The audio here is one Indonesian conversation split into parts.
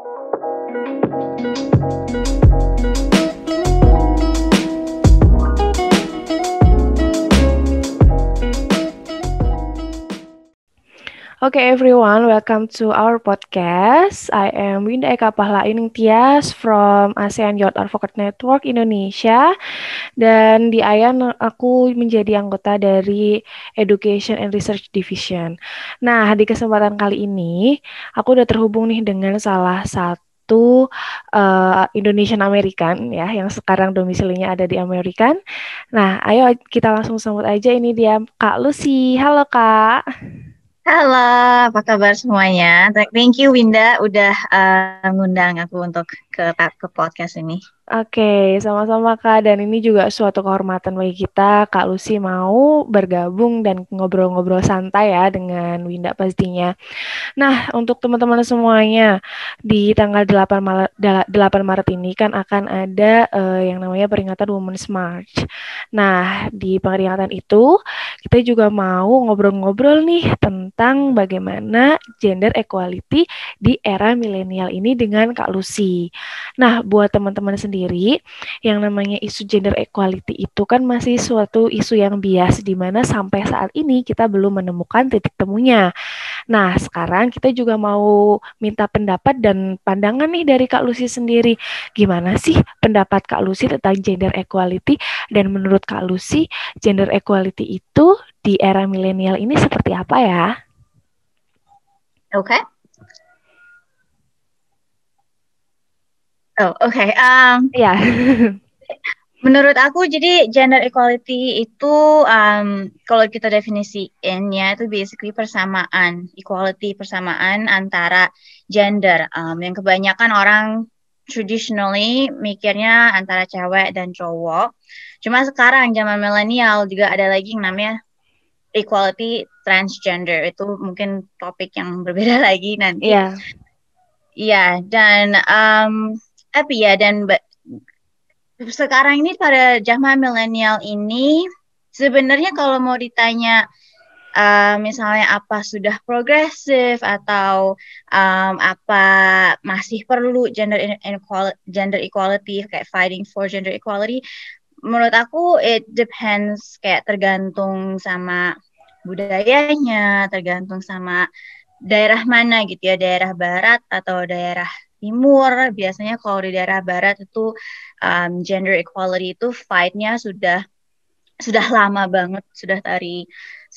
Okay, everyone, welcome to our podcast. I am Winda Eka Pahlaing Tias from ASEAN Youth Advocate Network Indonesia. Dan di AYAN aku menjadi anggota dari Education and Research Division. Nah, di kesempatan kali ini, aku udah terhubung nih dengan salah satu Indonesian American ya, yang sekarang domisilinya ada di Amerika. Nah, ayo kita langsung sambut aja, ini dia Kak Lucy. Halo Kak. Halo, apa kabar semuanya? Thank you Winda udah ngundang aku untuk ke podcast ini. Oke, sama-sama Kak. Dan ini juga suatu kehormatan bagi kita, Kak Lucy mau bergabung dan ngobrol-ngobrol santai ya dengan Winda pastinya. Nah, untuk teman-teman semuanya, di tanggal 8 Maret ini kan akan ada yang namanya peringatan Women's March. Nah, di peringatan itu, kita juga mau ngobrol-ngobrol nih tentang bagaimana gender equality di era milenial ini dengan Kak Lucy. Nah, buat teman-teman sendiri, yang namanya isu gender equality itu kan masih suatu isu yang bias, di mana sampai saat ini kita belum menemukan titik temunya. Nah, sekarang kita juga mau minta pendapat dan pandangan nih dari Kak Lucy sendiri. Gimana sih pendapat Kak Lucy tentang gender equality? Dan menurut Kak Lucy, gender equality itu di era milenial ini seperti apa ya? Oke. Oh, oke. Ya. Menurut aku, jadi gender equality itu kalau kita definisiinnya itu basically persamaan, equality persamaan antara gender. Yang kebanyakan orang traditionally mikirnya antara cewek dan cowok. Cuma sekarang zaman milenial juga ada lagi yang namanya equality transgender. Itu mungkin topik yang berbeda lagi nanti. Iya. Iya, dan tapi ya sekarang ini pada zaman milenial ini sebenarnya kalau mau ditanya misalnya apa sudah progresif atau apa masih perlu gender equality kayak fighting for gender equality, menurut aku it depends, kayak tergantung sama budayanya, tergantung sama daerah mana gitu ya, daerah barat atau daerah timur. Biasanya kalau di daerah barat itu gender equality itu fight-nya sudah lama banget, sudah dari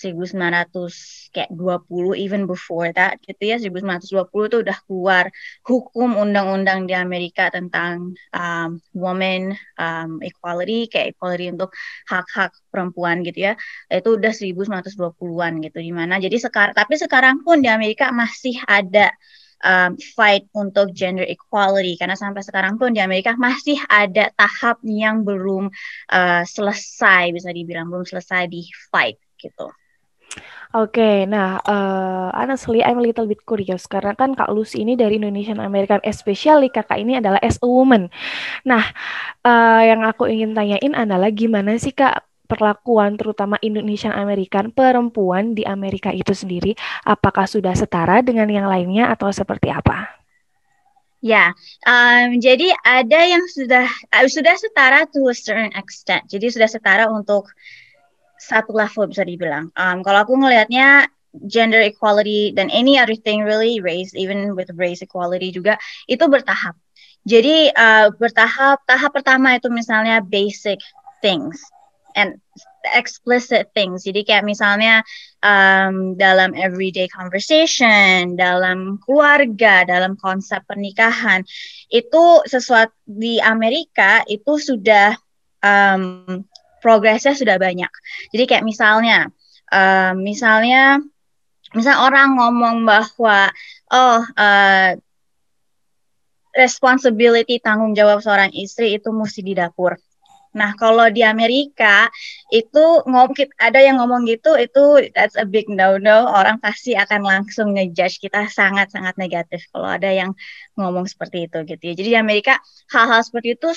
1900 kayak 20, even before that gitu ya, 1920 tuh udah keluar hukum undang-undang di Amerika tentang women equality, kayak equality untuk hak-hak perempuan gitu ya. Itu udah 1920-an gitu, dimana jadi sekarang pun di Amerika masih ada fight untuk gender equality, karena sampai sekarang pun di Amerika masih ada tahap yang belum selesai, bisa dibilang belum selesai di fight gitu. Oke, nah, honestly, I'm a little bit curious karena kan Kak Lucy ini dari Indonesian American, especially kakak ini adalah as a woman. Nah, yang aku ingin tanyain adalah gimana sih Kak perlakuan terutama Indonesian American perempuan di Amerika itu sendiri? Apakah sudah setara dengan yang lainnya atau seperti apa? Ya, jadi ada yang sudah setara to a certain extent. Jadi sudah setara untuk satu level bisa dibilang. Kalau aku ngelihatnya gender equality dan any other thing really, race, even with race equality juga itu bertahap. Jadi bertahap. Tahap pertama itu misalnya basic things and explicit things. Jadi kayak misalnya dalam everyday conversation, dalam keluarga, dalam konsep pernikahan, itu sesuatu di Amerika itu sudah um, progresnya sudah banyak. Jadi kayak misalnya orang ngomong bahwa oh responsibility, tanggung jawab seorang istri itu mesti di dapur. Nah, kalau di Amerika itu ada yang ngomong gitu, itu that's a big no-no. Orang pasti akan langsung ngejudge kita sangat-sangat negatif kalau ada yang ngomong seperti itu gitu ya. Jadi di Amerika hal-hal seperti itu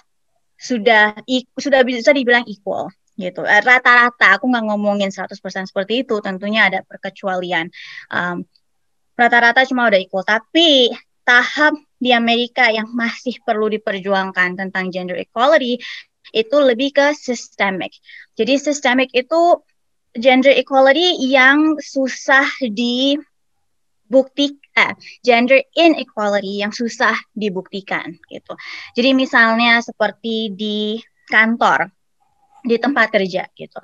sudah bisa dibilang equal gitu. Rata-rata, aku nggak ngomongin 100% seperti itu, tentunya ada perkecualian. Um, Rata-rata cuma udah equal, tapi tahap di Amerika yang masih perlu diperjuangkan tentang gender equality itu lebih ke systemic. Jadi systemic itu gender equality yang susah gender inequality yang susah dibuktikan gitu. Jadi misalnya seperti di kantor, di tempat kerja gitu.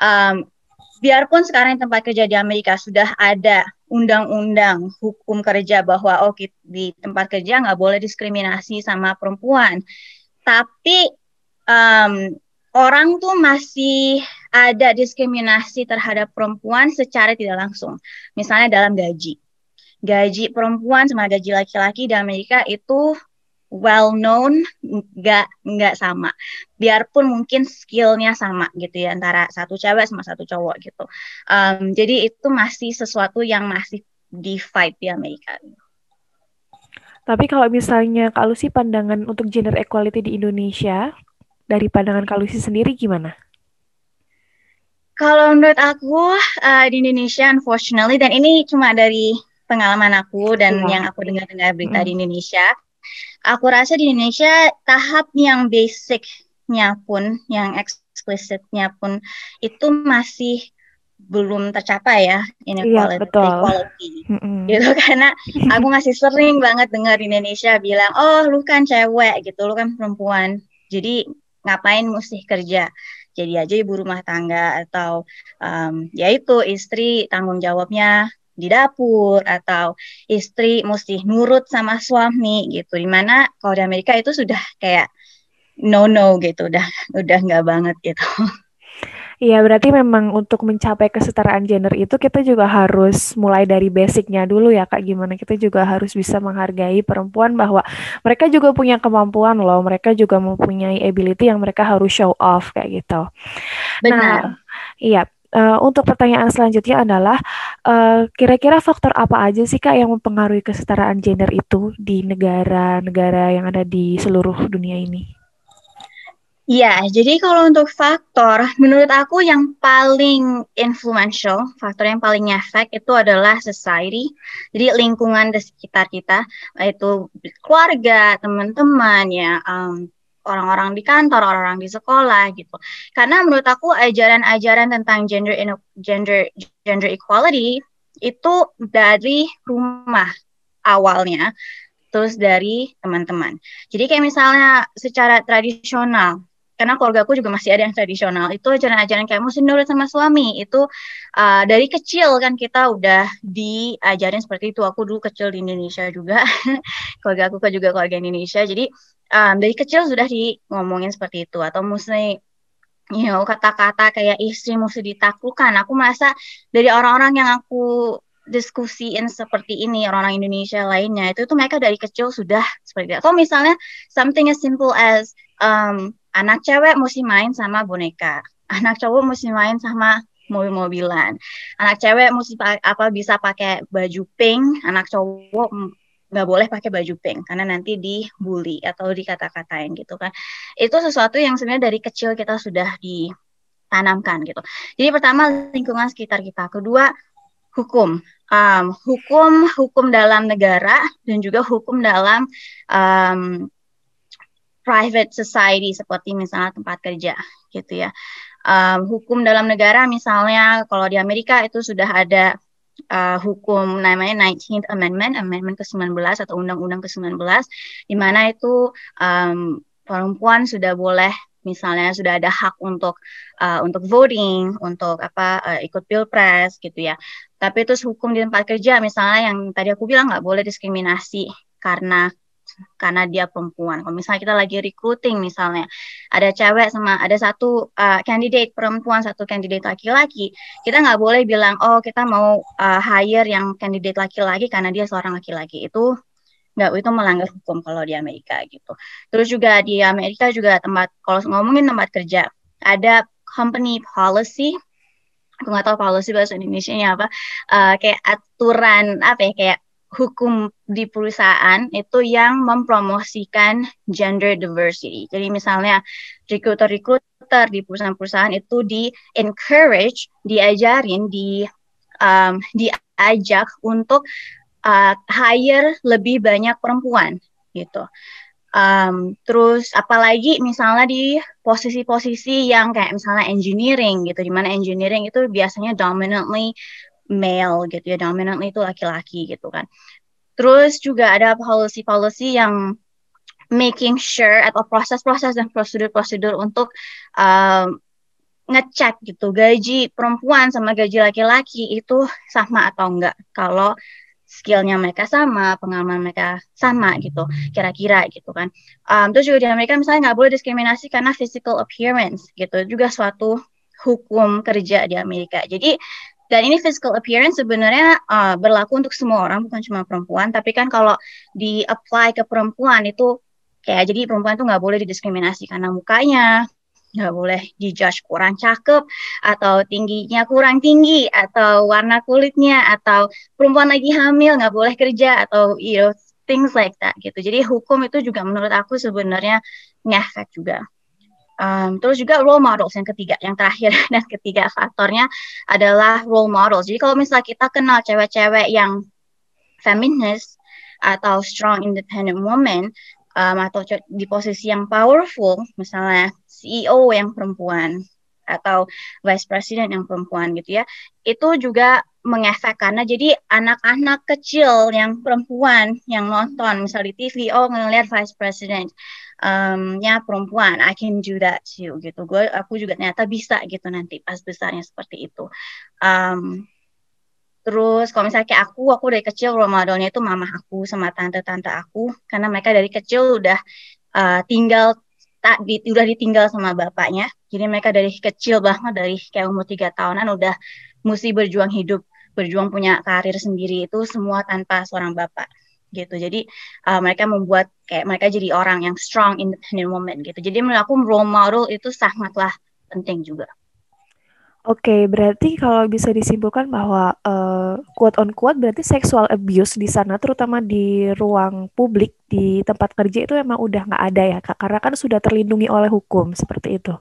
Biarpun sekarang tempat kerja di Amerika sudah ada undang-undang hukum kerja bahwa di tempat kerja nggak boleh diskriminasi sama perempuan, tapi orang tuh masih ada diskriminasi terhadap perempuan secara tidak langsung. Misalnya dalam gaji. Gaji perempuan sama gaji laki-laki di Amerika itu well known nggak sama. Biarpun mungkin skillnya sama gitu ya antara satu cewek sama satu cowok gitu. Jadi itu masih sesuatu yang masih di fight di Amerika. Tapi kalau misalnya Kak Lucy pandangan untuk gender equality di Indonesia, dari pandangan Kak Lucy sendiri gimana? Kalau menurut aku di Indonesia, unfortunately, dan ini cuma dari pengalaman aku dan yang aku dengar-dengar berita di Indonesia, aku rasa di Indonesia tahap yang basicnya pun, yang eksplisitnya pun itu masih belum tercapai ya equality gitu karena aku masih sering banget dengar di Indonesia bilang lu kan cewek gitu, lu kan perempuan, jadi ngapain mesti kerja, jadi aja ibu rumah tangga atau yaitu istri tanggung jawabnya di dapur atau istri mesti nurut sama suami gitu, dimana kalau di Amerika itu sudah kayak no gitu, udah nggak banget gitu. Iya, berarti memang untuk mencapai kesetaraan gender itu kita juga harus mulai dari basicnya dulu ya Kak, gimana kita juga harus bisa menghargai perempuan bahwa mereka juga punya kemampuan loh, mereka juga mempunyai ability yang mereka harus show off kayak gitu. Benar. Nah, iya. Untuk pertanyaan selanjutnya adalah kira-kira faktor apa aja sih Kak yang mempengaruhi kesetaraan gender itu di negara-negara yang ada di seluruh dunia ini? Iya, jadi kalau untuk faktor, menurut aku yang paling influential, faktor yang paling ngefek itu adalah society. Jadi lingkungan di sekitar kita, yaitu keluarga, teman-teman, ya, orang-orang di kantor, orang-orang di sekolah, gitu. Karena menurut aku ajaran-ajaran tentang gender equality itu dari rumah awalnya, terus dari teman-teman. Jadi kayak misalnya secara tradisional, karena keluarga aku juga masih ada yang tradisional, itu ajaran-ajaran kayak mesti nurut sama suami, itu dari kecil kan kita udah diajarin seperti itu. Aku dulu kecil di Indonesia juga, keluarga aku juga keluarga Indonesia, jadi dari kecil sudah ngomongin seperti itu, atau mesti kata-kata kayak istri mesti ditaklukkan. Aku merasa dari orang-orang yang aku diskusiin seperti ini, orang-orang Indonesia lainnya, itu mereka dari kecil sudah seperti itu. Atau misalnya something as simple as anak cewek mesti main sama boneka, anak cowok mesti main sama mobil-mobilan, anak cewek mesti bisa pakai baju pink, anak cowok nggak boleh pakai baju pink karena nanti dibully atau dikata-katain gitu kan. Itu sesuatu yang sebenarnya dari kecil kita sudah ditanamkan gitu. Jadi pertama lingkungan sekitar kita, kedua hukum. Hukum dalam negara dan juga hukum dalam private society seperti misalnya tempat kerja gitu ya. Hukum dalam negara misalnya kalau di Amerika itu sudah ada hukum namanya 19th Amendment ke-19 atau Undang-Undang ke-19, di mana itu perempuan sudah boleh, misalnya sudah ada hak untuk voting, untuk ikut pilpres gitu ya. Tapi terus hukum di tempat kerja misalnya yang tadi aku bilang nggak boleh diskriminasi karena dia perempuan. Kalau misalnya kita lagi recruiting misalnya, ada cewek sama ada satu candidate perempuan, satu candidate laki-laki, kita nggak boleh bilang, kita mau hire yang candidate laki-laki karena dia seorang laki-laki. Itu melanggar hukum kalau di Amerika gitu. Terus juga di Amerika juga kalau ngomongin tempat kerja, ada company policy, aku nggak tahu policy bahasa Indonesianya apa, kayak aturan kayak hukum di perusahaan itu yang mempromosikan gender diversity. Jadi misalnya recruiter di perusahaan-perusahaan itu diajarin, diajak untuk hire lebih banyak perempuan gitu. Terus apalagi misalnya di posisi-posisi yang kayak misalnya engineering gitu, di mana engineering itu biasanya dominantly male gitu ya, dominantly itu laki-laki gitu kan. Terus juga ada policy-policy yang making sure atau proses-proses dan prosedur-prosedur untuk um, ngecek gitu gaji perempuan sama gaji laki-laki itu sama atau enggak. Kalau skillnya mereka sama, pengalaman mereka sama gitu, kira-kira gitu kan. Terus juga di Amerika misalnya nggak boleh diskriminasi karena physical appearance gitu, juga suatu hukum kerja di Amerika. Jadi dan ini physical appearance sebenarnya berlaku untuk semua orang, bukan cuma perempuan. Tapi kan kalau di apply ke perempuan itu kayak jadi perempuan tuh nggak boleh didiskriminasi karena mukanya, nggak boleh dijudge kurang cakep atau tingginya kurang tinggi atau warna kulitnya atau perempuan lagi hamil nggak boleh kerja atau things like that gitu. Jadi hukum itu juga menurut aku sebenarnya ngefek juga. Terus juga role models yang ketiga, yang terakhir dan ketiga faktornya adalah role models. Jadi kalau misalnya kita kenal cewek-cewek yang feminis atau strong independent woman atau di posisi yang powerful, misalnya CEO yang perempuan atau vice president yang perempuan gitu ya, itu juga mengefek karena jadi anak-anak kecil yang perempuan yang nonton misal di TV, oh ngelihat vice president ya perempuan, I can do that too gitu. Aku juga ternyata bisa gitu nanti pas besarnya seperti itu. Terus kalau misalnya kayak aku dari kecil role modelnya itu mama aku sama tante-tante aku, karena mereka dari kecil udah tinggal udah ditinggal sama bapaknya. Jadi mereka dari kecil banget, dari kayak umur 3 tahunan udah mesti berjuang hidup, berjuang punya karir sendiri itu semua tanpa seorang bapak gitu. Jadi mereka membuat kayak mereka jadi orang yang strong independent woman gitu. Jadi menurut aku role model itu sangatlah penting juga. Oke, berarti kalau bisa disimpulkan bahwa quote on quote berarti sexual abuse di sana, terutama di ruang publik di tempat kerja itu emang udah nggak ada ya Kak, karena kan sudah terlindungi oleh hukum seperti itu.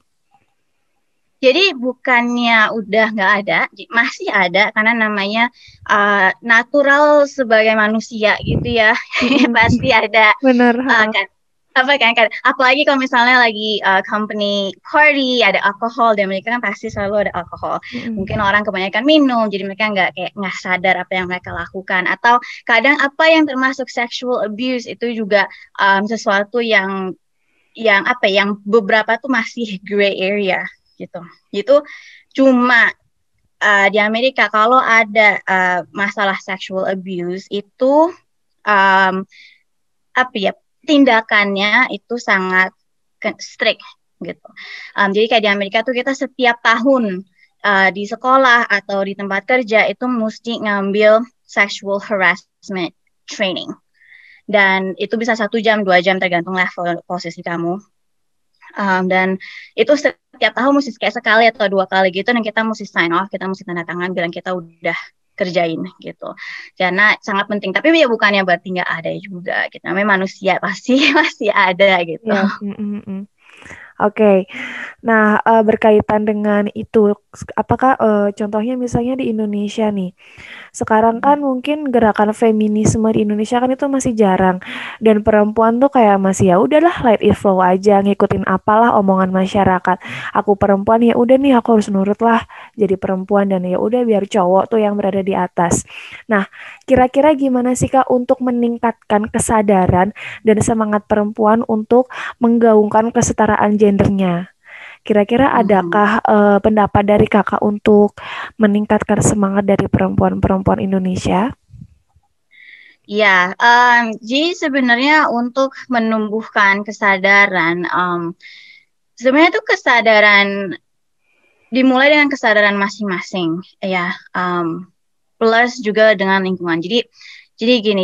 Jadi bukannya udah nggak ada, masih ada karena namanya natural sebagai manusia gitu ya, pasti ada Bener, kan apa kan, apalagi kalau misalnya lagi company party ada alkohol dan mereka kan pasti selalu ada alkohol. Mungkin orang kebanyakan minum, jadi mereka nggak sadar apa yang mereka lakukan. Atau kadang apa yang termasuk sexual abuse itu juga sesuatu yang yang beberapa tuh masih gray area gitu. Itu cuma di Amerika kalau ada masalah sexual abuse itu um, tindakannya itu sangat strict gitu. Jadi kayak di Amerika tuh kita setiap tahun di sekolah atau di tempat kerja itu mesti ngambil sexual harassment training. Dan itu bisa 1 jam, 2 jam tergantung level posisi kamu. Dan itu setiap tahun mesti kayak sekali atau 2 kali gitu, dan kita mesti sign off, kita mesti tanda tangan bilang kita udah kerjain gitu. Karena sangat penting. Tapi ya bukannya berarti nggak ada juga. Gitu. Namanya manusia pasti masih ada gitu. Ya. Oke. Nah, berkaitan dengan itu, apakah contohnya misalnya di Indonesia nih, sekarang kan mungkin gerakan feminisme di Indonesia kan itu masih jarang, dan perempuan tuh kayak masih ya udahlah let it flow aja, ngikutin apalah omongan masyarakat. Aku perempuan ya udah nih aku harus nurut lah jadi perempuan, dan ya udah biar cowok tuh yang berada di atas. Nah, kira-kira gimana sih Kak untuk meningkatkan kesadaran dan semangat perempuan untuk menggaungkan kesetaraan gendernya? Kira-kira adakah pendapat dari Kakak untuk meningkatkan semangat dari perempuan-perempuan Indonesia? Ya, jadi sebenarnya untuk menumbuhkan kesadaran, sebenarnya itu kesadaran dimulai dengan kesadaran masing-masing, ya, plus juga dengan lingkungan. Jadi gini,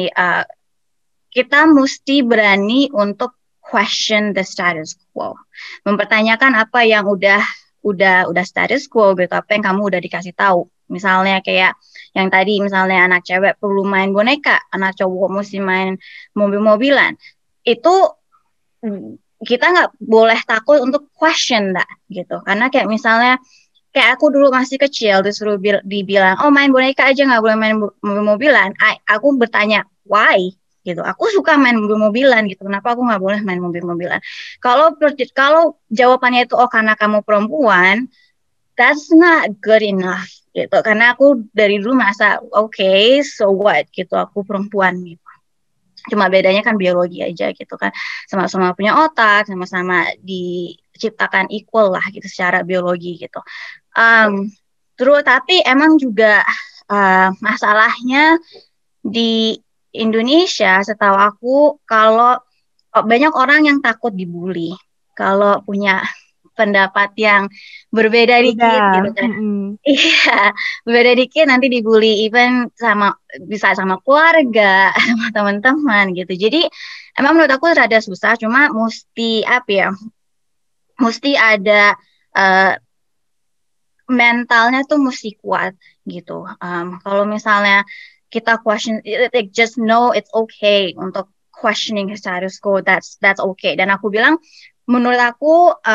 kita mesti berani untuk question the status quo, mempertanyakan apa yang udah status quo gitu, apa yang kamu udah dikasih tahu. Misalnya kayak yang tadi, misalnya anak cewek perlu main boneka, anak cowok mesti main mobil-mobilan. Itu kita nggak boleh takut untuk question that gitu. Karena kayak misalnya kayak aku dulu masih kecil disuruh dibilang, oh main boneka aja nggak boleh main mobil-mobilan. Aku bertanya why gitu. Aku suka main mobil-mobilan gitu. Kenapa aku nggak boleh main mobil-mobilan? Kalau jawabannya itu oh karena kamu perempuan, that's not good enough gitu. Karena aku dari dulu merasa okay, so what gitu. Aku perempuan gitu. Cuma bedanya kan biologi aja gitu kan. Sama-sama punya otak, sama-sama diciptakan equal lah gitu secara biologi gitu. Um, Terus tapi emang juga masalahnya di Indonesia setahu aku kalau banyak orang yang takut dibully kalau punya pendapat yang berbeda dikit gitu Udah. kan. Iya, berbeda dikit nanti dibully even bisa sama keluarga, sama teman-teman gitu. Jadi emang menurut aku rada susah, cuma mesti apa ya? Mesti ada eh, mentalnya tuh mesti kuat gitu. Kalau misalnya kita question, like, just know it's okay untuk questioning status quo, that's okay. Dan aku bilang, menurut aku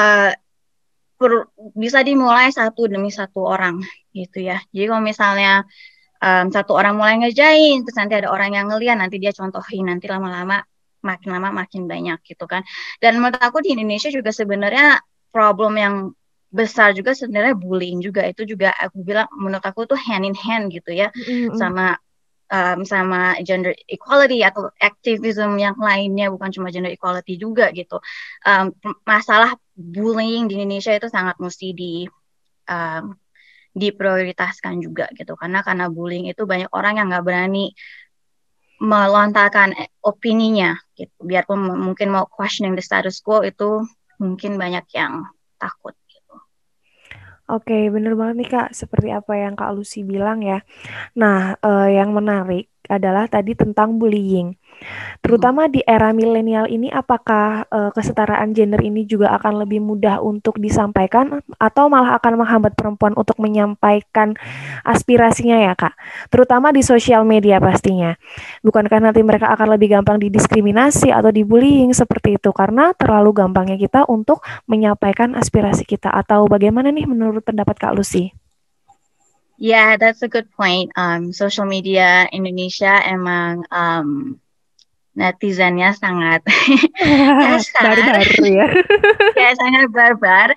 bisa dimulai satu demi satu orang gitu ya. Jadi kalau misalnya satu orang mulai ngerjain, terus nanti ada orang yang ngeliat, nanti dia contohin, nanti lama makin banyak gitu kan. Dan menurut aku di Indonesia juga sebenarnya problem yang besar juga sebenarnya bullying juga itu juga aku bilang menurut aku tuh hand in hand gitu ya Mm-mm. sama sama gender equality atau activism yang lainnya bukan cuma gender equality juga gitu. Masalah bullying di Indonesia itu sangat mesti um, diprioritaskan juga gitu karena bullying itu banyak orang yang nggak berani melontarkan opininya gitu biarpun mungkin mau questioning the status quo itu mungkin banyak yang takut gitu. Oke, bener banget nih Kak, seperti apa yang Kak Lucy bilang ya. Nah, yang menarik adalah tadi tentang bullying. Mhm. Terutama di era milenial ini, apakah kesetaraan gender ini juga akan lebih mudah untuk disampaikan atau malah akan menghambat perempuan untuk menyampaikan aspirasinya ya Kak? Terutama di sosial media pastinya. Bukankah nanti mereka akan lebih gampang didiskriminasi atau dibullying seperti itu karena terlalu gampangnya kita untuk menyampaikan aspirasi kita atau bagaimana nih menurut pendapat Kak Lucy? Yeah, that's a good point. Social media Indonesia emang netizennya sangat kasar, Barbar ya. ya sangat barbar.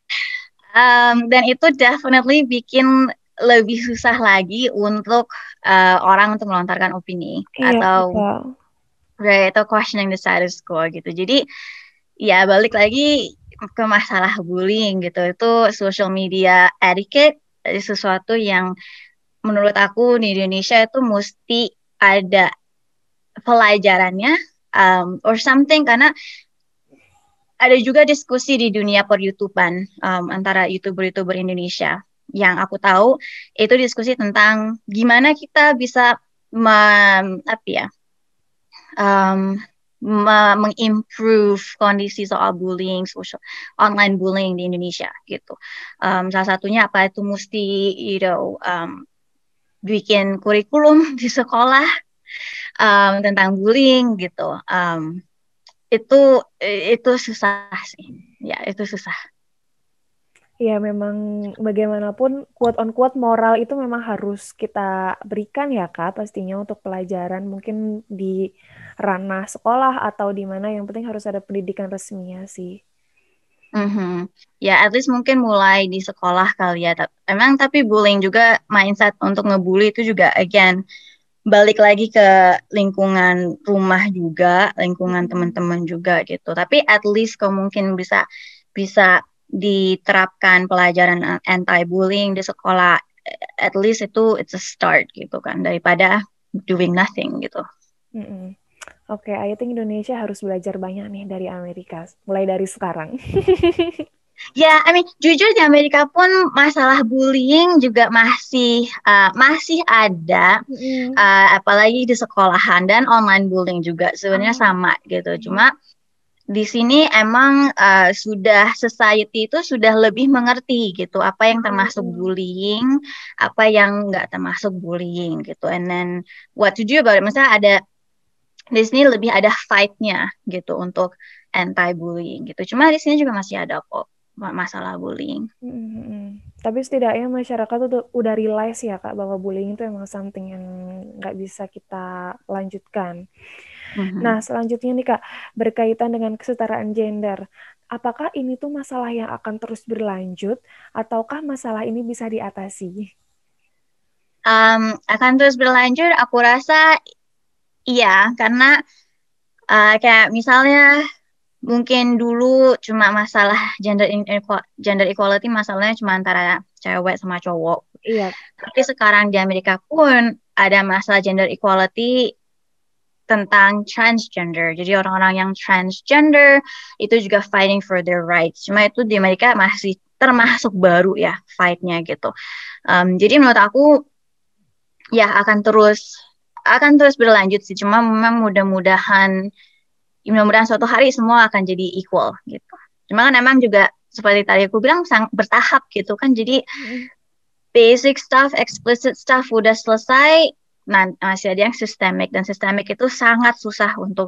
Dan itu definitely bikin lebih susah lagi untuk orang untuk melontarkan opini Iya, atau betul. questioning the status quo gitu. Jadi ya balik lagi ke masalah bullying gitu. Itu social media etiquette sesuatu yang menurut aku di Indonesia itu mesti ada pelajarannya or something karena ada juga diskusi di dunia per YouTubean antara YouTuber-YouTuber Indonesia yang aku tahu itu diskusi tentang gimana kita bisa apa ya um, mengimprove kondisi soal bullying, online bullying di Indonesia gitu. Salah satunya apa itu mesti bikin kurikulum di sekolah tentang bullying gitu. Itu itu susah sih. Ya, itu susah. Ya memang bagaimanapun quote on quote moral itu memang harus kita berikan ya Kak pastinya untuk pelajaran mungkin di ranah sekolah atau di mana yang penting harus ada pendidikan resminya sih. Mhm. Ya, at least mungkin mulai di sekolah kali ya. Emang tapi bullying juga mindset untuk ngebully itu juga again balik lagi ke lingkungan rumah juga, lingkungan Mm-mm. teman-teman juga gitu. Tapi at least kau mungkin bisa bisa diterapkan pelajaran anti-bullying di sekolah. At least itu it's a start gitu kan daripada doing nothing gitu. Mm-mm. Oke, I think Indonesia harus belajar banyak nih dari Amerika, mulai dari sekarang. Ya, I mean, jujur di Amerika pun masalah bullying juga masih ada, Mm-mm. apalagi di sekolahan dan online bullying juga sebenarnya Oh, sama gitu. oke. Cuma di sini emang sudah society itu sudah lebih mengerti gitu apa yang termasuk Mm-mm. bullying, apa yang nggak termasuk bullying gitu. And then what to do about it? Misalnya di sini lebih ada fight-nya gitu untuk anti-bullying gitu. Cuma di sini juga masih ada kok masalah bullying. Mm-mm. Tapi setidaknya masyarakat tuh udah realize ya Kak bahwa bullying itu emang something yang nggak bisa kita lanjutkan. Nah, selanjutnya nih Kak, berkaitan dengan kesetaraan gender. Apakah ini tuh masalah yang akan terus berlanjut ataukah masalah ini bisa diatasi? Akan terus berlanjut, aku rasa iya, karena kayak misalnya mungkin dulu cuma masalah gender equality masalahnya cuma antara cewek sama cowok. Iya. Tapi sekarang di Amerika pun ada masalah gender equality tentang transgender. Jadi orang-orang yang transgender itu juga fighting for their rights. Cuma itu di Amerika masih termasuk baru ya fight-nya gitu. Jadi menurut aku ya akan terus berlanjut sih. Cuma memang mudah-mudahan suatu hari semua akan jadi equal gitu. Cuma kan emang juga seperti tadi aku bilang sangat bertahap gitu kan. Jadi basic stuff, explicit stuff udah selesai, nah masih ada yang systemic, dan systemic itu sangat susah untuk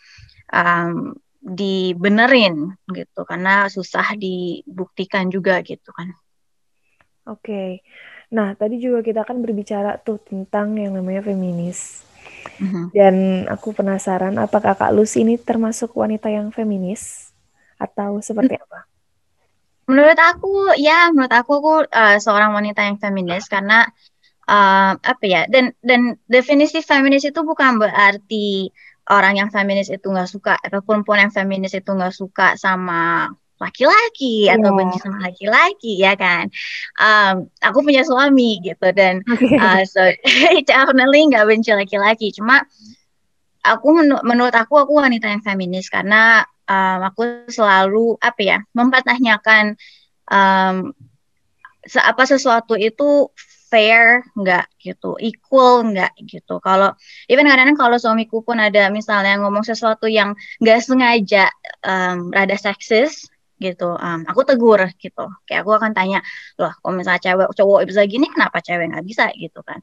dibenerin gitu karena susah dibuktikan juga gitu kan. Oke. Nah, tadi juga kita kan berbicara tuh tentang yang namanya feminis. Dan aku penasaran apakah Kak Lucy ini termasuk wanita yang feminis atau seperti apa? Menurut aku seorang wanita yang feminis karena apa ya, dan definisi feminis itu bukan berarti orang yang feminis itu nggak suka atau perempuan yang feminis itu nggak suka sama laki-laki atau benci sama laki-laki ya kan. Aku punya suami gitu dan so definitely nggak benci laki-laki, cuma menurut aku wanita yang feminis karena aku selalu apa ya mempertanyakan um, apa sesuatu itu fair nggak gitu, equal nggak gitu. Kalau even kadang-kadang kalau suamiku pun ada misalnya ngomong sesuatu yang nggak sengaja rada seksis gitu, aku tegur gitu. Kayak aku akan tanya, loh, kalau misalnya cewek cowok bisa gini, kenapa cewek nggak bisa gitu kan?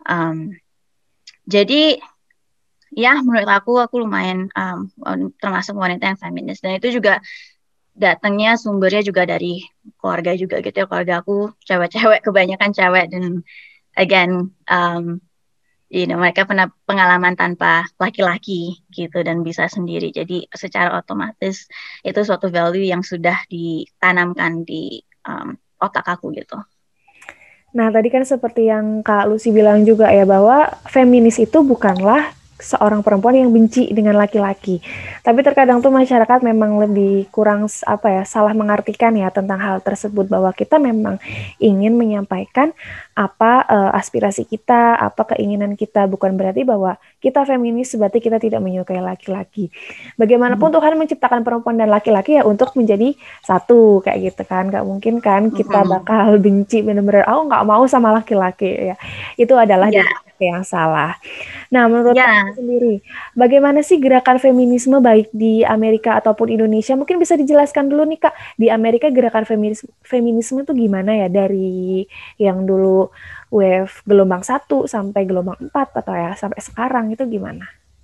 Jadi ya menurut aku lumayan termasuk wanita yang feminis, dan itu juga datangnya sumbernya juga dari keluarga juga gitu ya. Keluarga aku cewek-cewek, kebanyakan cewek, dan again mereka pernah pengalaman tanpa laki-laki gitu dan bisa sendiri, jadi secara otomatis itu suatu value yang sudah ditanamkan di otak aku gitu. Nah, tadi kan seperti yang Kak Lucy bilang juga ya, bahwa feminis itu bukanlah seorang perempuan yang benci dengan laki-laki. Tapi terkadang tuh masyarakat memang lebih kurang salah mengartikan ya tentang hal tersebut, bahwa kita memang ingin menyampaikan apa aspirasi kita, apa keinginan kita, bukan berarti bahwa kita feminis berarti kita tidak menyukai laki-laki. Bagaimanapun Tuhan menciptakan perempuan dan laki-laki ya untuk menjadi satu kayak gitu kan. Gak mungkin kan kita bakal benci benar-benar aku nggak mau sama laki-laki ya. Itu adalah yang salah. Nah, menurut kamu sendiri, bagaimana sih gerakan feminisme baik di Amerika ataupun Indonesia? Mungkin bisa dijelaskan dulu nih Kak, di Amerika gerakan feminisme itu gimana ya, dari yang dulu wave gelombang 1 sampai gelombang 4 atau ya sampai sekarang itu gimana?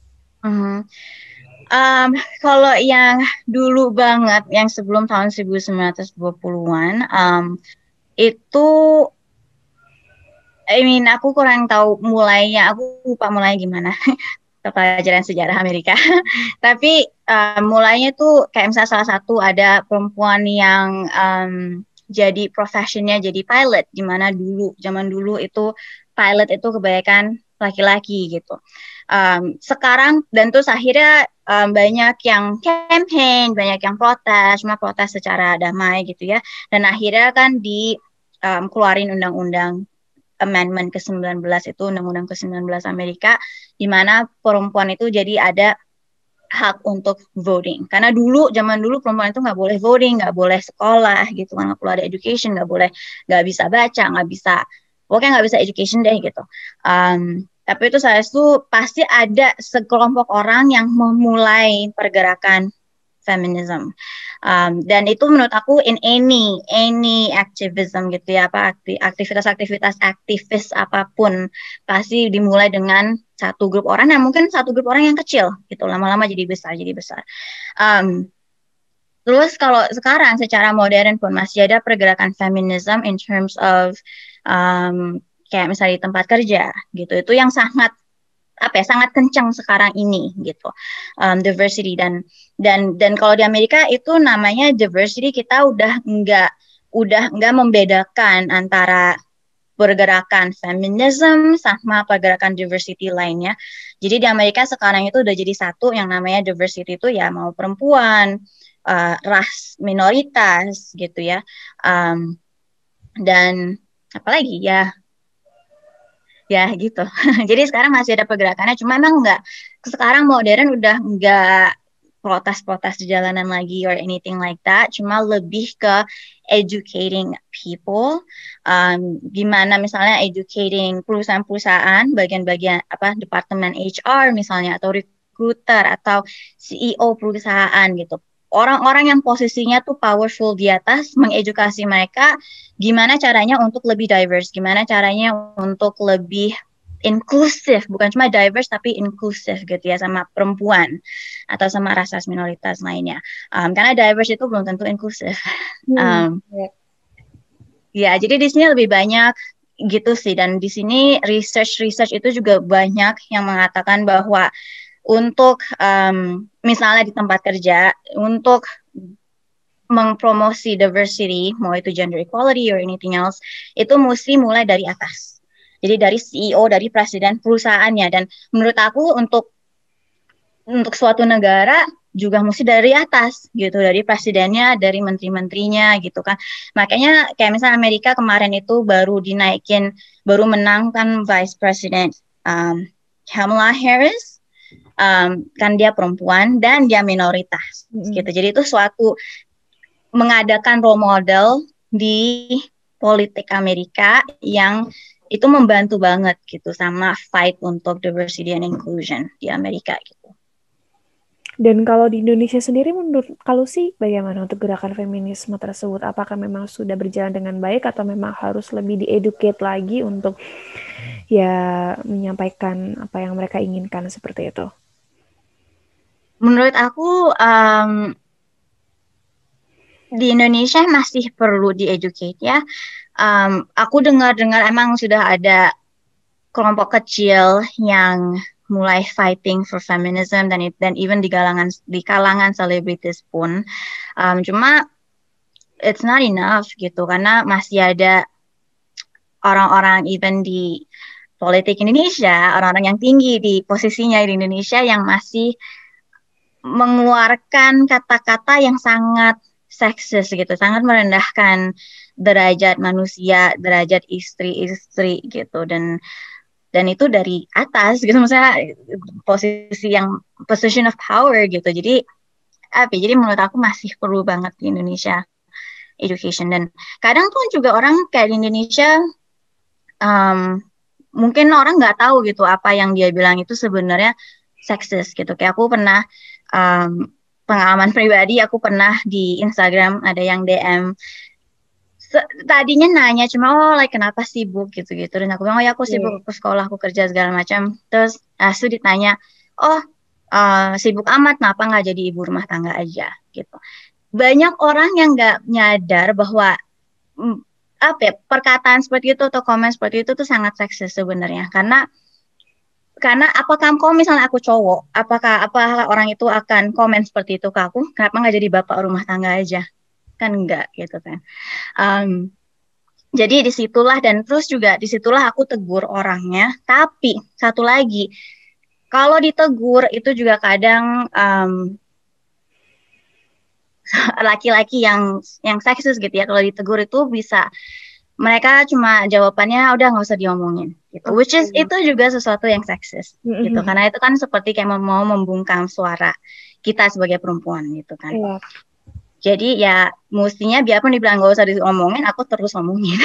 Kalau yang dulu banget, yang sebelum tahun 1920-an, itu aku kurang tahu mulainya, aku lupa mulainya gimana pelajaran sejarah Amerika. Tapi mulainya tuh kayak misalnya salah satu ada perempuan yang jadi profesinya jadi pilot, gimana zaman dulu itu pilot itu kebanyakan laki-laki gitu. Sekarang dan terus akhirnya banyak yang campaign, banyak yang protes, cuma protes secara damai gitu ya. Dan akhirnya kan keluarin undang-undang Amendment ke-19 itu, Undang-Undang ke-19 Amerika, di mana perempuan itu jadi ada hak untuk voting. Karena zaman dulu perempuan itu nggak boleh voting, nggak boleh sekolah gitu, nggak perlu ada education, nggak bisa baca, pokoknya nggak bisa education deh gitu. Tapi itu saya tuh pasti ada sekelompok orang yang memulai pergerakan feminism. Dan itu menurut aku in any activism gitu ya, aktivitas aktivis apapun pasti dimulai dengan satu grup orang, yang mungkin satu grup orang yang kecil gitu, lama-lama jadi besar. Terus kalau sekarang secara modern pun masih ada pergerakan feminism in terms of kayak misalnya di tempat kerja gitu, itu yang sangat sangat kencang sekarang ini gitu, diversity. Dan kalau di Amerika itu namanya diversity, kita udah nggak membedakan antara pergerakan feminism sama pergerakan diversity lainnya. Jadi di Amerika sekarang itu udah jadi satu, yang namanya diversity itu ya mau perempuan, ras minoritas gitu ya, dan apalagi ya gitu. Jadi sekarang masih ada pergerakannya, cuma emang nggak, sekarang modern udah nggak protes-protes di jalanan lagi or anything like that, cuma lebih ke educating people, gimana misalnya educating perusahaan-perusahaan, bagian-bagian departemen HR misalnya, atau recruiter atau CEO perusahaan gitu. Orang-orang yang posisinya tuh powerful di atas, mengedukasi mereka gimana caranya untuk lebih diverse, gimana caranya untuk lebih inklusif, bukan cuma diverse tapi inklusif gitu ya, sama perempuan atau sama ras minoritas lainnya. Karena diverse itu belum tentu inklusif. Ya, jadi di sini lebih banyak gitu sih, dan di sini research itu juga banyak yang mengatakan bahwa untuk misalnya di tempat kerja, untuk mempromosi diversity, mau itu gender equality or anything else, itu mesti mulai dari atas. Jadi dari CEO, dari presiden perusahaannya. Dan menurut aku untuk suatu negara juga mesti dari atas gitu, dari presidennya, dari menteri-menterinya gitu kan. Makanya kayak misalnya Amerika kemarin itu baru menangkan Vice President Kamala Harris, kan dia perempuan dan dia minoritas gitu. Jadi itu suatu mengadakan role model di politik Amerika yang itu membantu banget gitu sama fight untuk diversity and inclusion di Amerika gitu. Dan kalau di Indonesia sendiri, menurut kalau sih bagaimana untuk gerakan feminisme tersebut? Apakah memang sudah berjalan dengan baik atau memang harus lebih dieducate lagi untuk ya menyampaikan apa yang mereka inginkan seperti itu? Menurut aku di Indonesia masih perlu dieducate ya. Aku dengar emang sudah ada kelompok kecil yang mulai fighting for feminism, dan even di kalangan selebritis pun. Cuma it's not enough gitu, karena masih ada orang-orang even di politik Indonesia, orang-orang yang tinggi di posisinya di Indonesia yang masih mengeluarkan kata-kata yang sangat seksis gitu, sangat merendahkan derajat manusia, derajat istri-istri gitu, dan itu dari atas gitu, maksudnya position of power gitu. Jadi menurut aku masih perlu banget di Indonesia education. Dan kadang tuh juga orang kayak di Indonesia, mungkin orang nggak tahu gitu apa yang dia bilang itu sebenarnya seksis gitu. Kayak aku pernah pengalaman pribadi, aku pernah di Instagram ada yang DM, tadinya nanya cuma kenapa sibuk gitu-gitu, dan aku bilang ya aku sibuk, aku sekolah, aku kerja segala macam. Terus Asu ditanya, sibuk amat, kenapa nggak jadi ibu rumah tangga aja gitu. Banyak orang yang nggak nyadar bahwa perkataan seperti itu atau komen seperti itu tuh sangat seksis sebenarnya, karena apakah kalau misalnya aku cowok, apakah orang itu akan komen seperti itu ke aku, kenapa nggak jadi bapak rumah tangga aja, kan enggak gitu kan. Jadi disitulah, dan terus juga disitulah aku tegur orangnya. Tapi satu lagi, kalau ditegur itu juga kadang laki-laki yang seksis gitu ya, kalau ditegur itu bisa mereka cuma jawabannya udah nggak usah diomongin gitu. Which is itu juga sesuatu yang seksis gitu, karena itu kan seperti kayak mau membungkam suara kita sebagai perempuan gitu kan. Jadi ya mestinya biarpun dibilang nggak usah diomongin, aku terus ngomongin.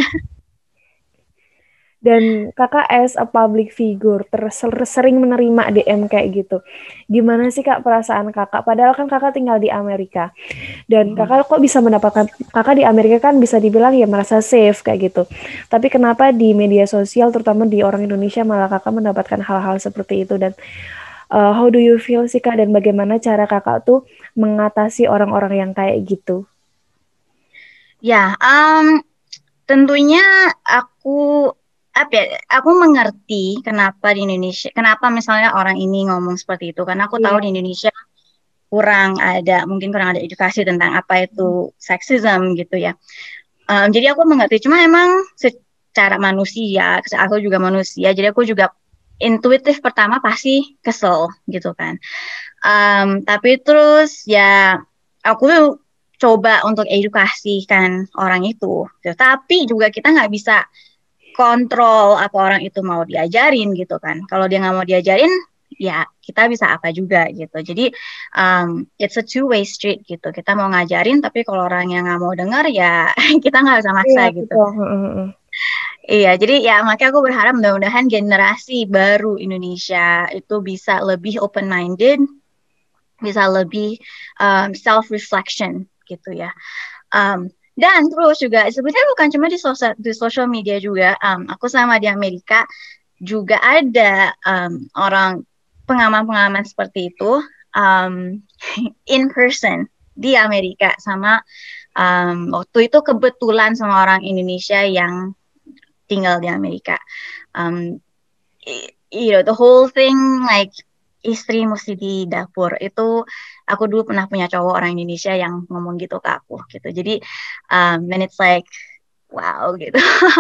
Dan kakak as a public figure sering menerima DM kayak gitu. Gimana sih kak perasaan kakak? Padahal kan kakak tinggal di Amerika. Dan kakak kok bisa mendapatkan, kakak di Amerika kan bisa dibilang ya merasa safe kayak gitu. Tapi kenapa di media sosial, terutama di orang Indonesia, malah kakak mendapatkan hal-hal seperti itu? Dan how do you feel sih kak? Dan bagaimana cara kakak tuh mengatasi orang-orang yang kayak gitu? Ya, tentunya aku apa ya, aku mengerti kenapa di Indonesia, kenapa misalnya orang ini ngomong seperti itu, karena aku tahu Iya. di Indonesia mungkin kurang ada edukasi tentang apa itu seksisme gitu ya. Jadi aku mengerti, cuma emang secara manusia, aku juga manusia, jadi aku juga intuitif pertama pasti kesel gitu kan. Tapi terus ya aku coba untuk edukasikan orang itu, gitu. Tapi juga kita nggak bisa kontrol apa orang itu mau diajarin gitu kan. Kalau dia nggak mau diajarin, ya kita bisa apa juga gitu. Jadi it's a two-way street gitu. Kita mau ngajarin, tapi kalau orang yang nggak mau dengar, ya kita nggak bisa Iya, maksa gitu. betul. Heeh. Iya, jadi ya makanya aku berharap mudah-mudahan generasi baru Indonesia itu bisa lebih open-minded, bisa lebih self-reflection gitu ya. Dan terus juga sebenarnya bukan cuma di social media juga. Aku sama di Amerika juga ada orang pengalaman-pengalaman seperti itu um, in person di Amerika sama waktu itu kebetulan sama orang Indonesia yang tinggal di Amerika. Um, the whole thing like istri mesti di dapur itu aku dulu pernah punya cowok orang Indonesia yang ngomong gitu ke aku gitu. Jadi and it's like wow gitu.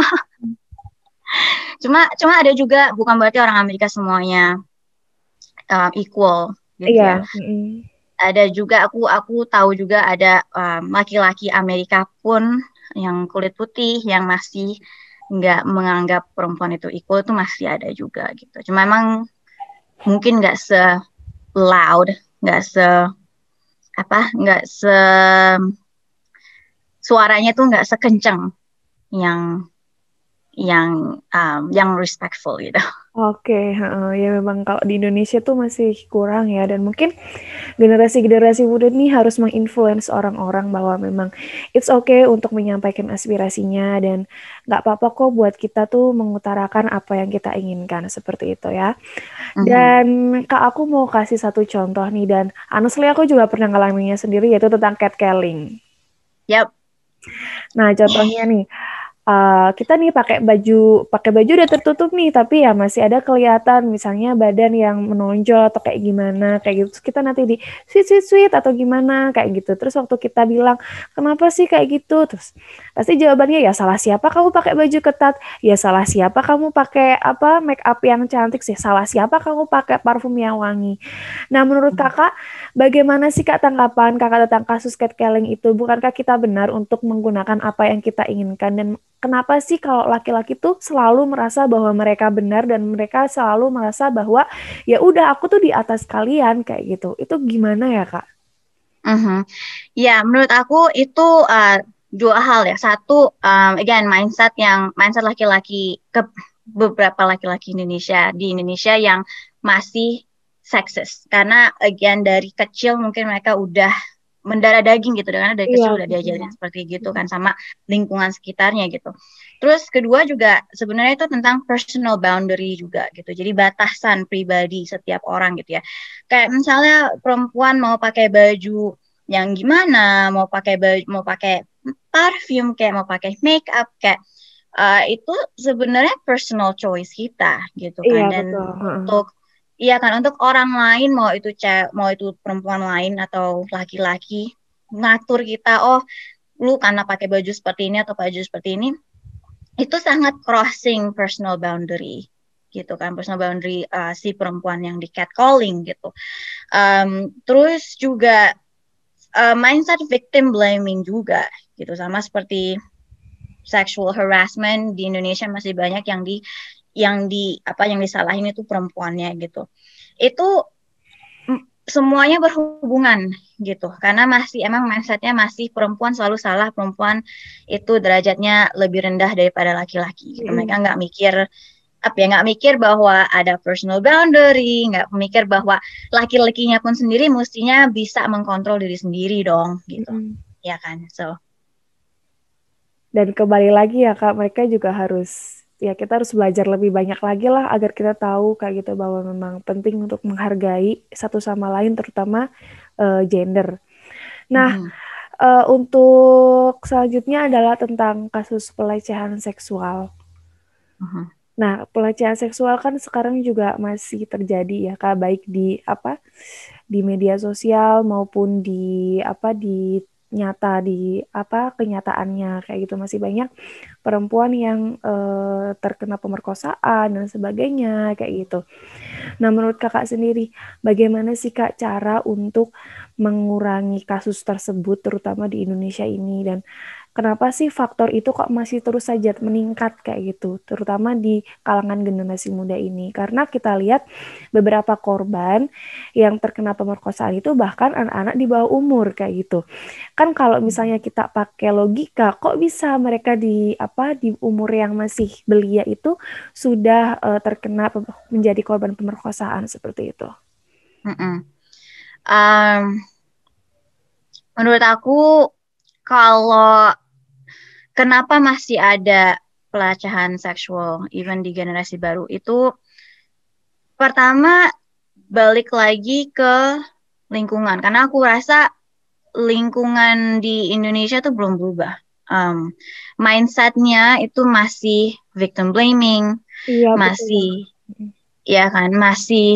Cuma ada juga bukan berarti orang Amerika semuanya equal gitu Iya. ya. Mm-mm. Ada juga aku tahu juga ada laki-laki Amerika pun yang kulit putih yang masih nggak menganggap perempuan itu equal itu masih ada juga gitu. Cuma emang mungkin nggak se loud, nggak se apa, nggak se suaranya tuh nggak sekencang yang yang respectful gitu. Oke, heeh. Ya memang kalau di Indonesia tuh masih kurang ya, dan mungkin generasi-generasi muda ini harus menginfluence orang-orang bahwa memang it's okay untuk menyampaikan aspirasinya, dan nggak apa-apa kok buat kita tuh mengutarakan apa yang kita inginkan seperti itu ya. Mhm. Dan Kak, aku mau kasih satu contoh nih, dan honestly aku juga pernah ngalaminnya sendiri, yaitu tentang catcalling. Yap. Nah, contohnya nih, kita nih pakai baju udah tertutup nih, tapi ya masih ada kelihatan misalnya badan yang menonjol atau kayak gimana kayak gitu. Terus kita nanti di sweet sweet sweet atau gimana kayak gitu. Terus waktu kita bilang kenapa sih kayak gitu, terus pasti jawabannya ya salah siapa kamu pakai baju ketat, ya salah siapa kamu pakai apa make up yang cantik sih, salah siapa kamu pakai parfum yang wangi. Nah, menurut kakak, bagaimana sih kak tanggapan kakak tentang kasus catcalling itu? Bukankah kita benar untuk menggunakan apa yang kita inginkan? Dan kenapa sih kalau laki-laki tuh selalu merasa bahwa mereka benar, dan mereka selalu merasa bahwa ya udah aku tuh di atas kalian kayak gitu? Itu gimana ya kak? Mhm. Ya, menurut aku itu dua hal ya. Satu, again mindset laki-laki ke beberapa laki-laki di Indonesia yang masih seksis. Karena again dari kecil mungkin mereka udah mendarah daging gitu, karena dari Iya, kecil udah diajarin betul. seperti gitu kan sama lingkungan sekitarnya gitu. Terus kedua juga sebenarnya itu tentang personal boundary juga gitu. Jadi batasan pribadi setiap orang gitu ya. Kayak misalnya perempuan mau pakai baju yang gimana, mau pakai parfum kayak mau pakai make up kayak itu sebenarnya personal choice kita gitu Iya, kan. Dan betul. Heeh. untuk iya kan untuk orang lain mau itu perempuan lain atau laki-laki ngatur kita, oh lu karena pakai baju seperti ini atau baju seperti ini, itu sangat crossing personal boundary gitu kan, personal boundary si perempuan yang di catcalling gitu. Terus juga mindset victim blaming juga gitu, sama seperti sexual harassment di Indonesia masih banyak yang disalahin itu perempuannya gitu. Itu semuanya berhubungan gitu, karena masih emang mindsetnya masih perempuan selalu salah, perempuan itu derajatnya lebih rendah daripada laki-laki gitu. Mm-mm. Mereka nggak mikir bahwa ada personal boundary, nggak mikir bahwa laki-lakinya pun sendiri mestinya bisa mengkontrol diri sendiri dong gitu, Mm-mm. ya kan. So Dan kembali lagi ya Kak, mereka juga harus, ya kita harus belajar lebih banyak lagi lah agar kita tahu kayak gitu bahwa memang penting untuk menghargai satu sama lain, terutama gender. Nah, mhm. untuk selanjutnya adalah tentang kasus pelecehan seksual. Mhm. Nah, pelecehan seksual kan sekarang juga masih terjadi ya, Kak, baik di media sosial maupun di nyata di kenyataannya kayak gitu masih banyak perempuan yang terkena pemerkosaan dan sebagainya kayak gitu. Nah, menurut Kakak sendiri, bagaimana sih Kak cara untuk mengurangi kasus tersebut terutama di Indonesia ini dan kenapa sih faktor itu kok masih terus saja meningkat kayak gitu, terutama di kalangan generasi muda ini? Karena kita lihat beberapa korban yang terkena pemerkosaan itu bahkan anak-anak di bawah umur kayak gitu. Kan kalau misalnya kita pakai logika, kok bisa mereka di umur yang masih belia itu sudah terkena menjadi korban pemerkosaan seperti itu? Mm-mm. Um, Menurut aku, kalau kenapa masih ada pelecehan seksual even di generasi baru itu, pertama balik lagi ke lingkungan, karena aku rasa lingkungan di Indonesia tuh belum berubah. Um, Mindsetnya itu masih victim blaming, Iya, betul banget. masih ya kan, masih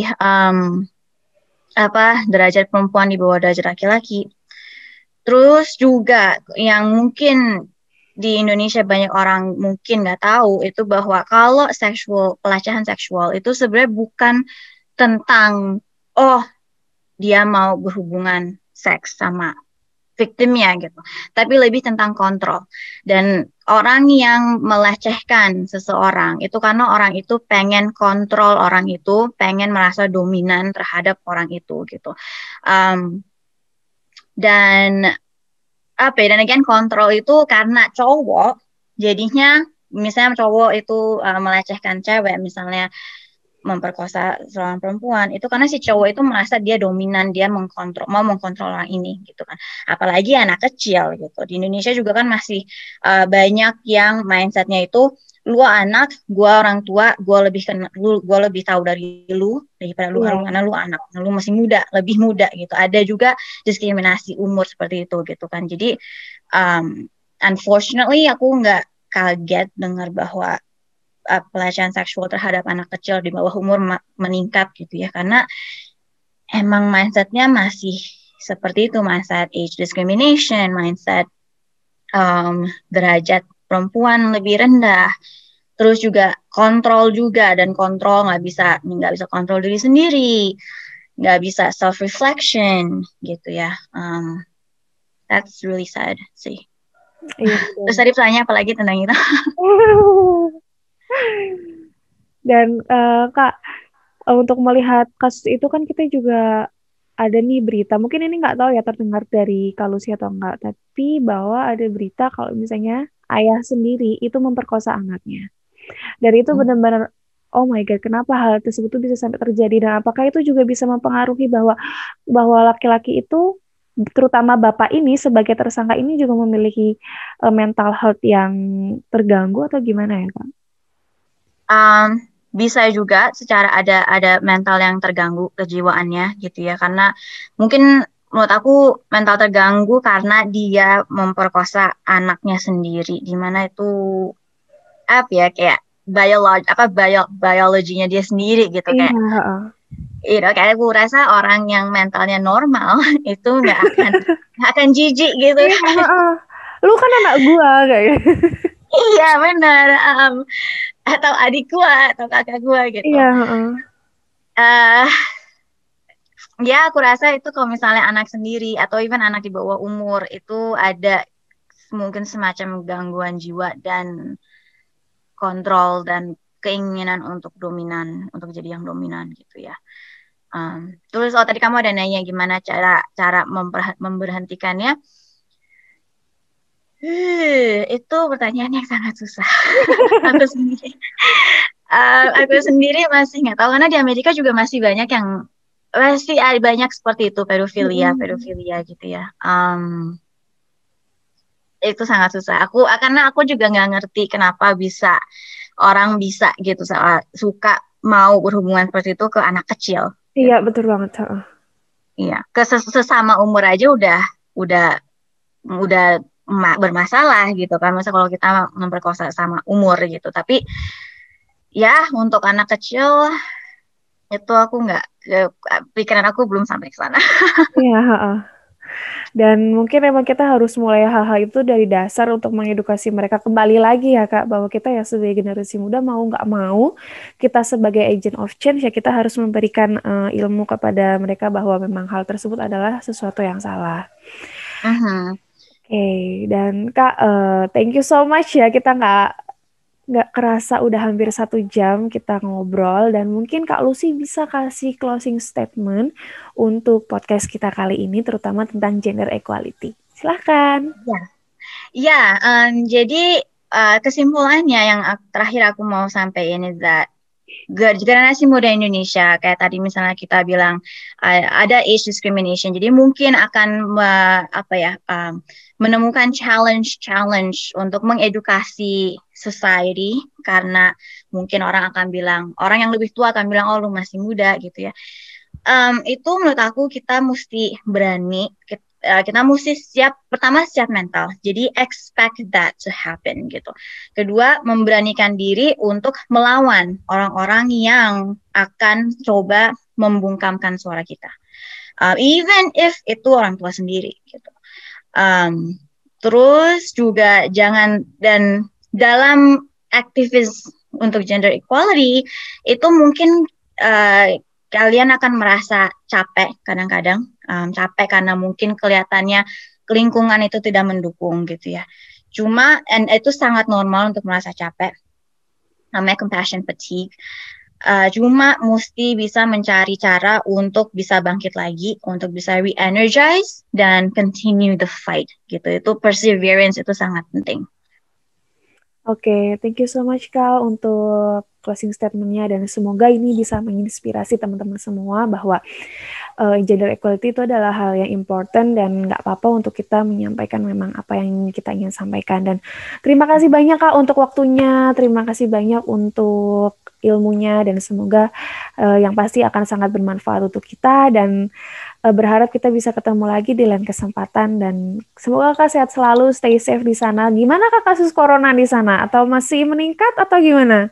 derajat perempuan di bawah derajat laki-laki. Terus juga yang mungkin di Indonesia banyak orang mungkin nggak tahu itu bahwa kalau pelecehan seksual itu sebenarnya bukan tentang oh dia mau berhubungan seks sama victimnya gitu, tapi lebih tentang kontrol. Dan orang yang melecehkan seseorang itu karena orang itu pengen kontrol orang itu, pengen merasa dominan terhadap orang itu gitu. Um, dan dan again kontrol itu karena cowok, jadinya misalnya cowok itu melecehkan cewek, misalnya memperkosa seorang perempuan, itu karena si cowok itu merasa dia dominan, dia mau mengkontrol orang ini gitu kan. Apalagi anak kecil gitu. Di Indonesia juga kan masih banyak yang mindsetnya itu lu anak, gua orang tua, gua lebih tahu dari lu daripada lu Iya. karena lu anak, lu masih muda, lebih muda gitu. Ada juga diskriminasi umur seperti itu gitu kan. Jadi unfortunately aku nggak kaget dengar bahwa pelecehan seksual terhadap anak kecil di bawah umur meningkat gitu ya, karena emang mindsetnya masih seperti itu, mindset age discrimination, mindset derajat perempuan lebih rendah, terus juga kontrol juga, dan kontrol nggak bisa kontrol diri sendiri, nggak bisa self reflection gitu ya. That's really sad sih. Iya, Terus betul. tadi pertanyaan apa lagi tentang itu? Dan Kak, untuk melihat kasus itu kan kita juga ada nih berita, mungkin ini nggak tahu ya terdengar dari Kalusi atau enggak, tapi bahwa ada berita kalau misalnya ayah sendiri itu memperkosa anaknya. Dan itu benar-benar, oh my God, kenapa hal tersebut tuh bisa sampai terjadi? Dan apakah itu juga bisa mempengaruhi bahwa bahwa laki-laki itu, terutama bapak ini sebagai tersangka ini juga memiliki mental health yang terganggu atau gimana ya, Kak? um, Bisa juga secara ada mental yang terganggu kejiwaannya gitu ya, karena mungkin menurut aku mental terganggu karena dia memperkosa anaknya sendiri, dimana itu kayak biologinya dia sendiri gitu, Iya, kayak heeh. kayak aku rasa orang yang mentalnya normal itu nggak akan jijik gitu. Iya, heeh. Lu kan anak gua kayak. Iya benar. Atau adik gua atau kakak gua gitu. Iya, heeh. eh Ya, aku rasa itu kalau misalnya anak sendiri atau even anak di bawah umur itu ada mungkin semacam gangguan jiwa dan kontrol dan keinginan untuk dominan, untuk jadi yang dominan gitu ya. Terus tadi kamu ada nanya gimana cara cara memberhentikannya. Itu pertanyaan yang sangat susah. Aku sendiri, aku sendiri masih nggak tahu, karena di Amerika juga masih banyak yang masih ada banyak seperti itu, pedofilia, Mm-mm. pedofilia gitu ya. Itu sangat susah. Karena aku juga nggak ngerti kenapa orang bisa gitu suka mau berhubungan seperti itu ke anak kecil Iya, gitu. betul banget. Heeh. Iya, sesama umur aja udah udah bermasalah gitu kan. Masa kalau kita memperkosa sama umur gitu. Tapi ya untuk anak kecil itu aku nggak, pikiran aku belum sampai ke sana. Iya, heeh. Dan mungkin emang kita harus mulai hal-hal itu dari dasar untuk mengedukasi mereka kembali lagi ya Kak, bahwa kita ya sebagai generasi muda mau nggak mau, kita sebagai agent of change ya kita harus memberikan ilmu kepada mereka bahwa memang hal tersebut adalah sesuatu yang salah. Mhm. Oke, dan Kak, thank you so much ya. Kita nggak kerasa udah hampir 1 jam kita ngobrol dan mungkin Kak Lucy bisa kasih closing statement untuk podcast kita kali ini, terutama tentang gender equality. Silahkan. Ya, ya, jadi kesimpulannya yang terakhir aku mau sampaikan is that generasi muda Indonesia kayak tadi misalnya kita bilang ada age discrimination, jadi mungkin akan apa ya, menemukan challenge untuk mengedukasi society, karena mungkin orang akan bilang, orang yang lebih tua akan bilang oh lu masih muda gitu ya. Itu menurut aku kita mesti berani, kita mesti siap, pertama siap mental, jadi expect that to happen gitu. Kedua, memberanikan diri untuk melawan orang-orang yang akan coba membungkamkan suara kita, even if itu orang tua sendiri gitu. Terus juga jangan, dan dalam aktivis untuk gender equality itu mungkin kalian akan merasa capek kadang-kadang, capek karena mungkin kelihatannya lingkungan itu tidak mendukung gitu ya. Cuma, and itu sangat normal untuk merasa capek, namanya compassion fatigue. Cuma mesti bisa mencari cara untuk bisa bangkit lagi, untuk bisa re-energize dan continue the fight gitu. Itu perseverance itu sangat penting. Oke, thank you so much Kak untuk closing statement-nya dan semoga ini bisa menginspirasi teman-teman semua bahwa gender equality itu adalah hal yang important dan nggak apa-apa untuk kita menyampaikan memang apa yang kita ingin sampaikan. Dan terima kasih banyak Kak untuk waktunya, terima kasih banyak untuk ilmunya dan semoga yang pasti akan sangat bermanfaat untuk kita dan berharap kita bisa ketemu lagi di lain kesempatan dan semoga Kak sehat selalu, stay safe di sana. Gimana Kak kasus corona di sana? Atau masih meningkat atau gimana?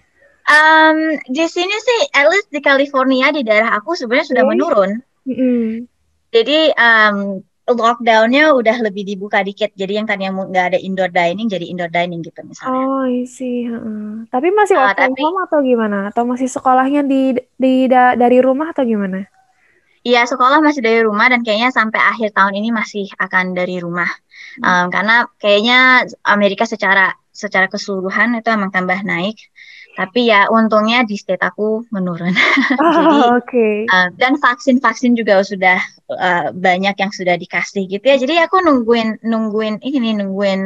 Di sini sih, at least di California, di daerah aku sebenarnya sudah Oke. menurun. Mm-mm. Jadi lockdown-nya udah lebih dibuka dikit. Jadi yang tadinya nggak ada indoor dining, jadi indoor dining gitu misalnya. Oh, isi. Heeh. Tapi masih work from Tapi home atau gimana? Atau masih sekolahnya dari rumah atau gimana? ya sekolah masih dari rumah dan kayaknya sampai akhir tahun ini masih akan dari rumah. Karena kayaknya Amerika secara secara keseluruhan itu emang tambah naik. Tapi ya untungnya di state aku menurun. Jadi Oh, oke. dan vaksin-vaksin juga sudah banyak yang sudah dikasih gitu ya. Jadi aku nungguin nungguin ini nungguin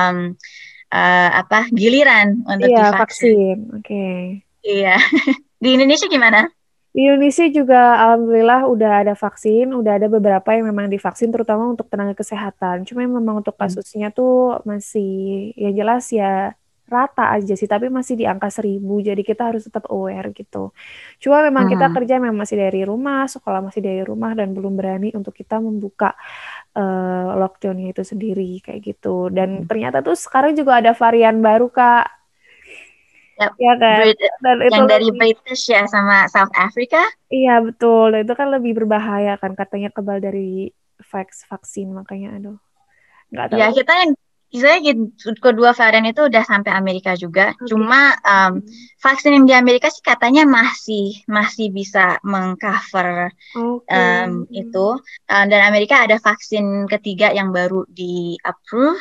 apa giliran untuk Iya, divaksin. vaksin. Oke. Iya. Di Indonesia gimana? Di Indonesia juga alhamdulillah udah ada vaksin, udah ada beberapa yang memang divaksin terutama untuk tenaga kesehatan. Cuma yang memang untuk kasusnya tuh masih ya jelas ya rata aja sih, tapi masih di angka 1.000. Jadi kita harus tetap aware gitu. Cuma memang kita Mhm. kerja memang masih dari rumah, sekolah masih dari rumah dan belum berani untuk kita membuka lockdown-nya itu sendiri kayak gitu. Dan ternyata tuh sekarang juga ada varian baru Kak, Yap. ya kan? Dan itu Yang dari lebih. British ya sama South Africa. Iya betul, itu kan lebih berbahaya kan katanya kebal dari vaksin makanya aduh nggak tahu Ya, deh. kita yang saya kedua varian itu udah sampai Amerika juga. Oke. Cuma vaksin yang di Amerika sih katanya masih masih bisa mengcover Oke. itu. Dan Amerika ada vaksin ketiga yang baru di approve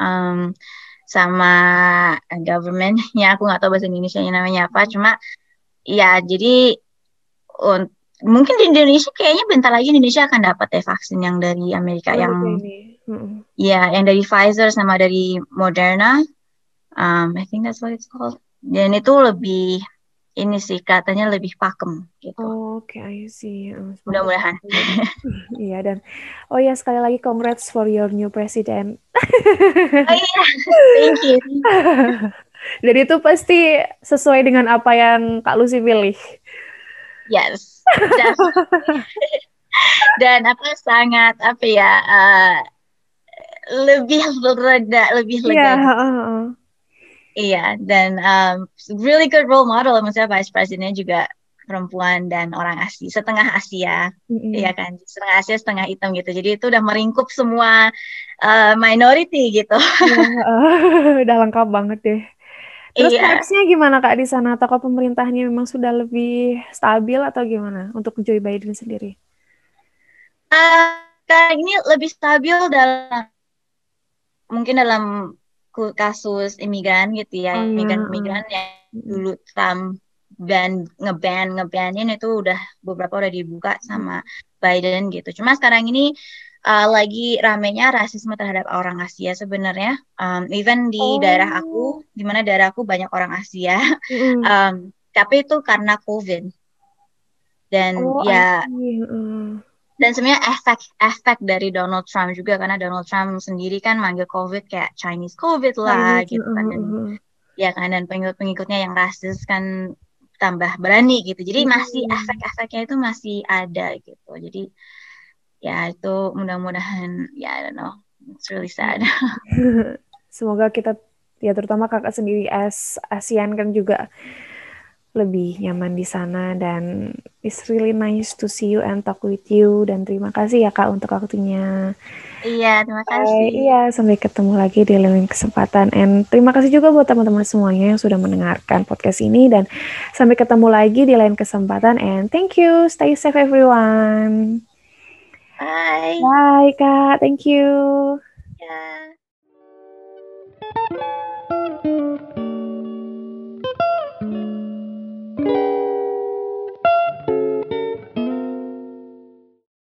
sama government-nya. Aku nggak tahu bahasa Indonesia-nya namanya apa. Cuma ya jadi un- mungkin di Indonesia kayaknya bentar lagi Indonesia akan dapat deh vaksin yang dari Amerika, yang Oke ini. Mm-mm. ya yang dari Pfizer sama dari Moderna. I think that's what it's called. Dan itu lebih ini sih katanya lebih pakem gitu. Oke, I see. Semoga Mudah-mudahan. iya dan oh ya sekali lagi congrats for your new president. Oh iya, thank you. Dan itu pasti sesuai dengan apa yang Kak Lucy pilih. Yes, definitely. Dan apa sangat apa ya, lebih reda, lebih Iya, lega gitu. heeh, heeh. Iya, dan really good role model, maksudnya Vice Presidentnya juga perempuan dan orang Asia, setengah Asia, Mm-mm. iya kan, setengah Asia, setengah hitam gitu. Jadi itu udah meringkup semua minority gitu. Wah, udah lengkap banget deh. Terus Iya, vibes-nya gimana Kak di sana? Apakah pemerintahnya memang sudah lebih stabil atau gimana untuk Joe Biden sendiri? sekarang ini lebih stabil dalam mungkin dalam kasus imigran gitu ya, Oh ya, imigran-imigran yang mm, dulu Trump ngebanin itu udah beberapa udah dibuka sama Biden gitu. Cuma sekarang ini lagi ramenya rasisme terhadap orang Asia sebenarnya. Even di daerah aku, oh, di mana daerah aku banyak orang Asia, mm. um, tapi itu karena COVID dan Oh, I ya see. dan sebenarnya efek dari Donald Trump juga karena Donald Trump sendiri kan manggil COVID kayak Chinese COVID lah Chinese, gitu kan dan ya kan dan pengikut-pengikutnya yang rasis kan tambah berani gitu. Jadi masih mm. efek-efeknya itu masih ada gitu. Jadi ya itu mudah-mudahan ya I don't know. It's really sad. Semoga kita, ya terutama kakak sendiri as ASEAN kan juga lebih nyaman di sana, dan it's really nice to see you and talk with you, dan terima kasih ya Kak untuk waktunya. Iya, terima Iya, kasih. sampai ketemu lagi di lain kesempatan. And terima kasih juga buat teman-teman semuanya yang sudah mendengarkan podcast ini, dan sampai ketemu lagi di lain kesempatan. And thank you, stay safe everyone. Bye. Bye Kak, thank you. Ya.